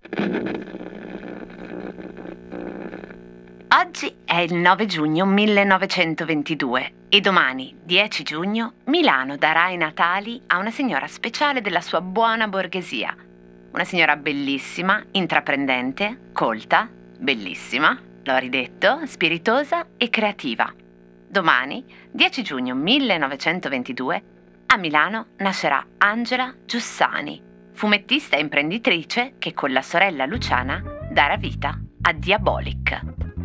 Oggi è il 9 giugno 1922 e domani, 10 giugno, Milano darà i natali a una signora speciale della sua buona borghesia. Una signora bellissima, intraprendente, colta, bellissima, l'ho ridetto, spiritosa e creativa. Domani, 10 giugno 1922, a Milano nascerà Angela Giussani, fumettista e imprenditrice che con la sorella Luciana darà vita a Diabolic.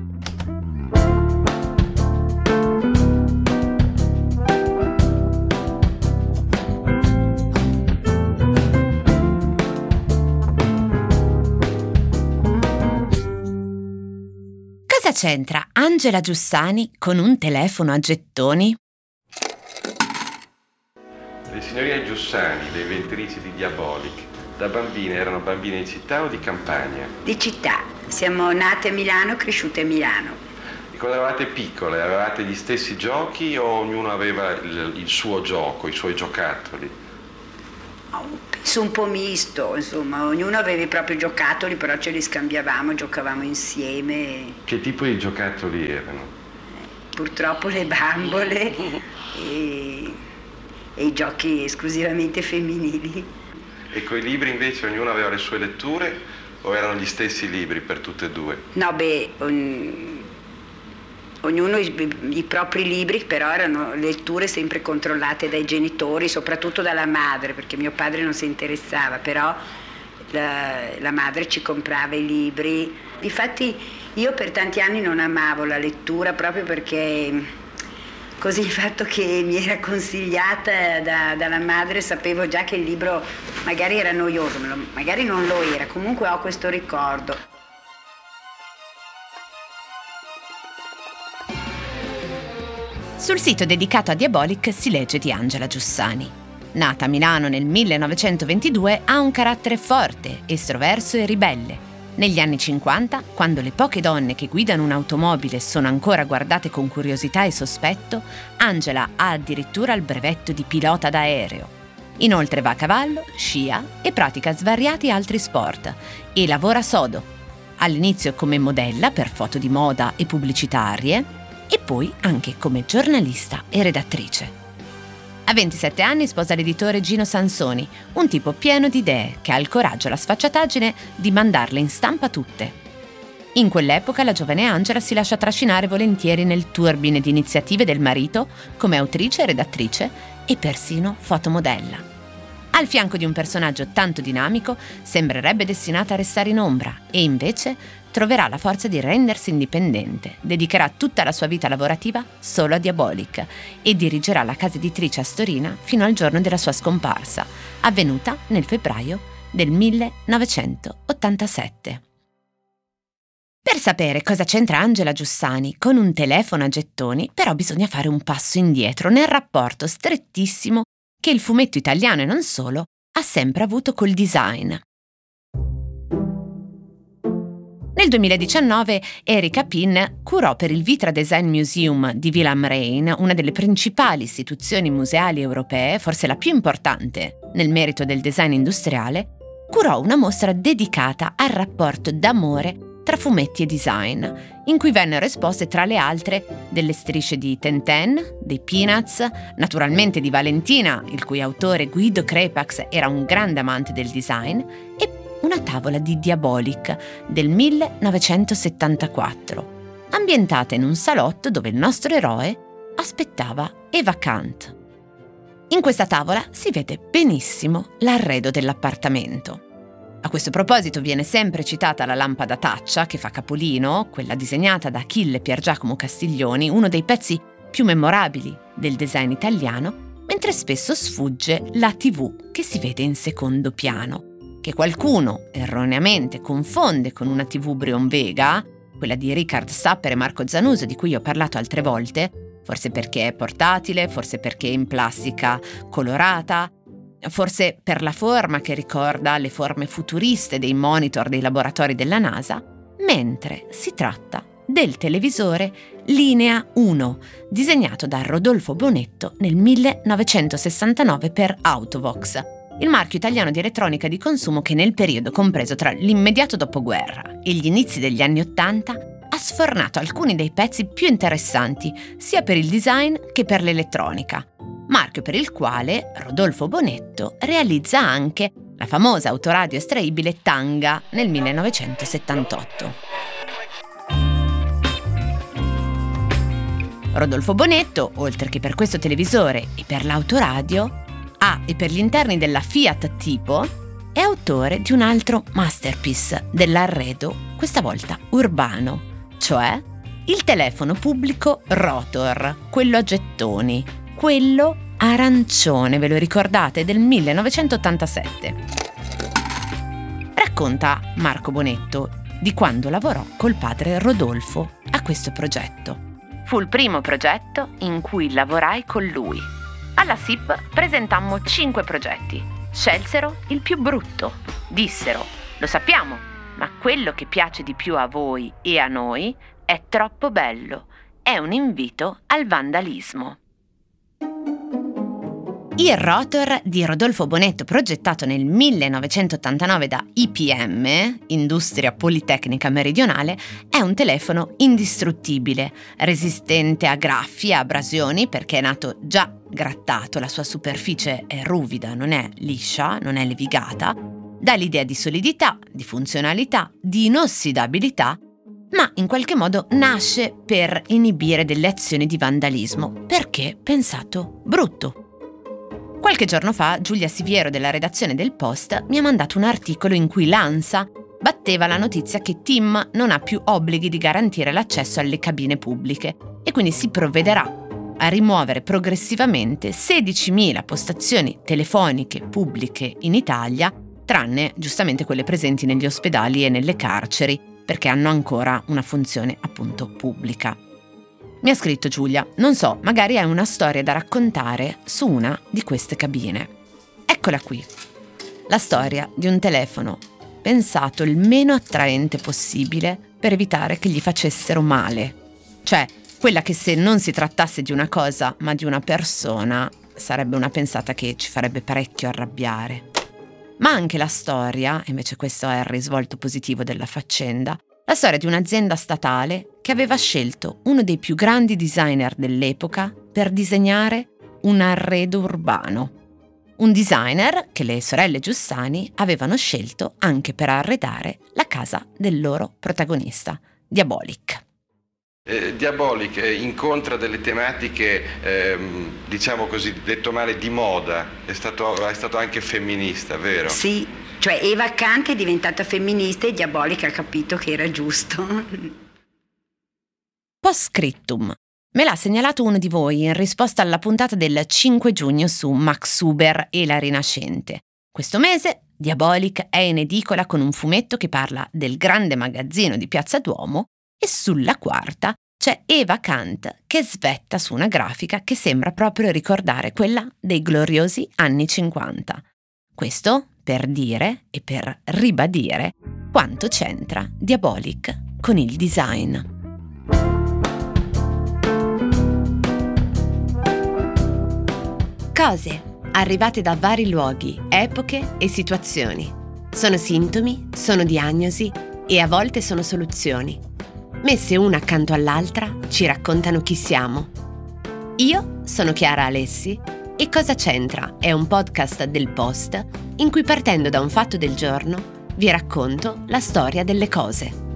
Cosa c'entra Angela Giussani con un telefono a gettoni? Le signorine Giussani, le inventrici di Diabolic, da bambine erano bambine di città o di campagna? Di città. Siamo nate a Milano, cresciute a Milano. E quando eravate piccole, avevate gli stessi giochi o ognuno aveva il suo gioco, i suoi giocattoli? Penso un po' misto, insomma, ognuno aveva i propri giocattoli, però ce li scambiavamo, giocavamo insieme. Che tipo di giocattoli erano? Purtroppo le bambole e i giochi esclusivamente femminili. E coi libri invece ognuno aveva le sue letture o erano gli stessi libri per tutte e due? No, ognuno i propri libri, però erano letture sempre controllate dai genitori, soprattutto dalla madre, perché mio padre non si interessava, però la madre ci comprava i libri. Difatti io per tanti anni non amavo la lettura proprio perché così il fatto che mi era consigliata dalla madre, sapevo già che il libro magari era noioso, magari non lo era, comunque ho questo ricordo. Sul sito dedicato a Diabolic si legge di Angela Giussani. Nata a Milano nel 1922, ha un carattere forte, estroverso e ribelle. Negli anni 50, quando le poche donne che guidano un'automobile sono ancora guardate con curiosità e sospetto, Angela ha addirittura il brevetto di pilota d'aereo. Inoltre va a cavallo, scia e pratica svariati altri sport e lavora sodo. All'inizio come modella per foto di moda e pubblicitarie, e poi anche come giornalista e redattrice. A 27 anni sposa l'editore Gino Sansoni, un tipo pieno di idee che ha il coraggio e la sfacciataggine di mandarle in stampa tutte. In quell'epoca la giovane Angela si lascia trascinare volentieri nel turbine di iniziative del marito come autrice, redattrice e persino fotomodella. Al fianco di un personaggio tanto dinamico, sembrerebbe destinata a restare in ombra e invece troverà la forza di rendersi indipendente, dedicherà tutta la sua vita lavorativa solo a Diabolic e dirigerà la casa editrice Astorina fino al giorno della sua scomparsa, avvenuta nel febbraio del 1987. Per sapere cosa c'entra Angela Giussani con un telefono a gettoni, però bisogna fare un passo indietro nel rapporto strettissimo che il fumetto italiano e non solo ha sempre avuto col design. Nel 2019 Erika Pin curò per il Vitra Design Museum di Villa am Rhein, una delle principali istituzioni museali europee, forse la più importante nel merito del design industriale, curò una mostra dedicata al rapporto d'amore tra fumetti e design, in cui vennero esposte tra le altre delle strisce di Tintin, dei Peanuts, naturalmente di Valentina, il cui autore Guido Crepax era un grande amante del design, e una tavola di Diabolic del 1974, ambientata in un salotto dove il nostro eroe aspettava Eva Kant. In questa tavola si vede benissimo l'arredo dell'appartamento. A questo proposito viene sempre citata la lampada taccia che fa capolino, quella disegnata da Achille Pier Giacomo Castiglioni, uno dei pezzi più memorabili del design italiano, mentre spesso sfugge la TV che si vede in secondo piano, che qualcuno erroneamente confonde con una TV Brion Vega, quella di Richard Stapper e Marco Zanuso di cui ho parlato altre volte, forse perché è portatile, forse perché è in plastica colorata, forse per la forma che ricorda le forme futuriste dei monitor dei laboratori della NASA, mentre si tratta del televisore Linea 1, disegnato da Rodolfo Bonetto nel 1969 per Autovox, il marchio italiano di elettronica di consumo che nel periodo compreso tra l'immediato dopoguerra e gli inizi degli anni '80 ha sfornato alcuni dei pezzi più interessanti sia per il design che per l'elettronica, marchio per il quale Rodolfo Bonetto realizza anche la famosa autoradio estraibile Tanga nel 1978. Rodolfo Bonetto, oltre che per questo televisore e per l'autoradio, e per gli interni della Fiat Tipo, è autore di un altro masterpiece dell'arredo, questa volta urbano, cioè il telefono pubblico Rotor, quello a gettoni, quello arancione, ve lo ricordate, del 1987. Racconta Marco Bonetto di quando lavorò col padre Rodolfo a questo progetto. Fu il primo progetto in cui lavorai con lui. Alla SIP presentammo 5 progetti. Scelsero il più brutto. Dissero: lo sappiamo, ma quello che piace di più a voi e a noi è troppo bello. È un invito al vandalismo. Il Rotor di Rodolfo Bonetto, progettato nel 1989 da IPM, Industria Politecnica Meridionale, è un telefono indistruttibile, resistente a graffi e abrasioni perché è nato già grattato, la sua superficie è ruvida, non è liscia, non è levigata, dà l'idea di solidità, di funzionalità, di inossidabilità, ma in qualche modo nasce per inibire delle azioni di vandalismo, perché pensato brutto. Qualche giorno fa Giulia Siviero della redazione del Post mi ha mandato un articolo in cui l'ANSA batteva la notizia che TIM non ha più obblighi di garantire l'accesso alle cabine pubbliche e quindi si provvederà a rimuovere progressivamente 16.000 postazioni telefoniche pubbliche in Italia, tranne giustamente quelle presenti negli ospedali e nelle carceri, perché hanno ancora una funzione appunto pubblica. Mi ha scritto Giulia: non so, magari hai una storia da raccontare su una di queste cabine. Eccola qui. La storia di un telefono pensato il meno attraente possibile per evitare che gli facessero male. Cioè, quella che se non si trattasse di una cosa ma di una persona sarebbe una pensata che ci farebbe parecchio arrabbiare. Ma anche la storia, invece questo è il risvolto positivo della faccenda, la storia di un'azienda statale che aveva scelto uno dei più grandi designer dell'epoca per disegnare un arredo urbano. Un designer che le sorelle Giussani avevano scelto anche per arredare la casa del loro protagonista, Diabolik. Diabolik incontra delle tematiche, diciamo così, detto male, di moda. È stato anche femminista, vero? Sì, cioè Eva Kant è diventata femminista e Diabolik ha capito che era giusto. Post scriptum. Me l'ha segnalato uno di voi in risposta alla puntata del 5 giugno su Max Huber e la Rinascente. Questo mese Diabolik è in edicola con un fumetto che parla del grande magazzino di Piazza Duomo e sulla quarta c'è Eva Kant che svetta su una grafica che sembra proprio ricordare quella dei gloriosi anni 50. Questo per dire e per ribadire quanto c'entra Diabolik con il design. Cose arrivate da vari luoghi, epoche e situazioni. Sono sintomi, sono diagnosi e a volte sono soluzioni. Messe una accanto all'altra ci raccontano chi siamo. Io sono Chiara Alessi e Cosa c'entra è un podcast del Post in cui, partendo da un fatto del giorno, vi racconto la storia delle cose.